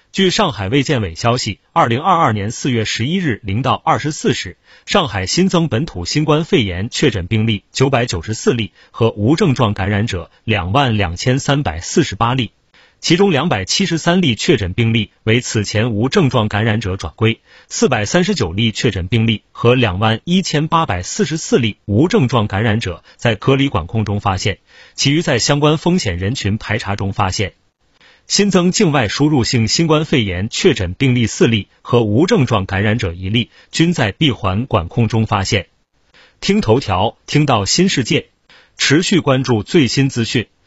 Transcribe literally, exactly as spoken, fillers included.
据上海卫健委消息，二零二二年四月十一日零到二十四时，上海新增本土新冠肺炎确诊病例九百九十四例和无症状感染者两万两千三百四十八例，其中两百七十三例确诊病例为此前无症状感染者转归，四百三十九例确诊病例和两万一千八百四十四例无症状感染者在隔离管控中发现，其余在相关风险人群排查中发现。新增境外输入性新冠肺炎确诊病例四例和无症状感染者一例，均在闭环管控中发现。听头条，听到新世界，持续关注最新资讯。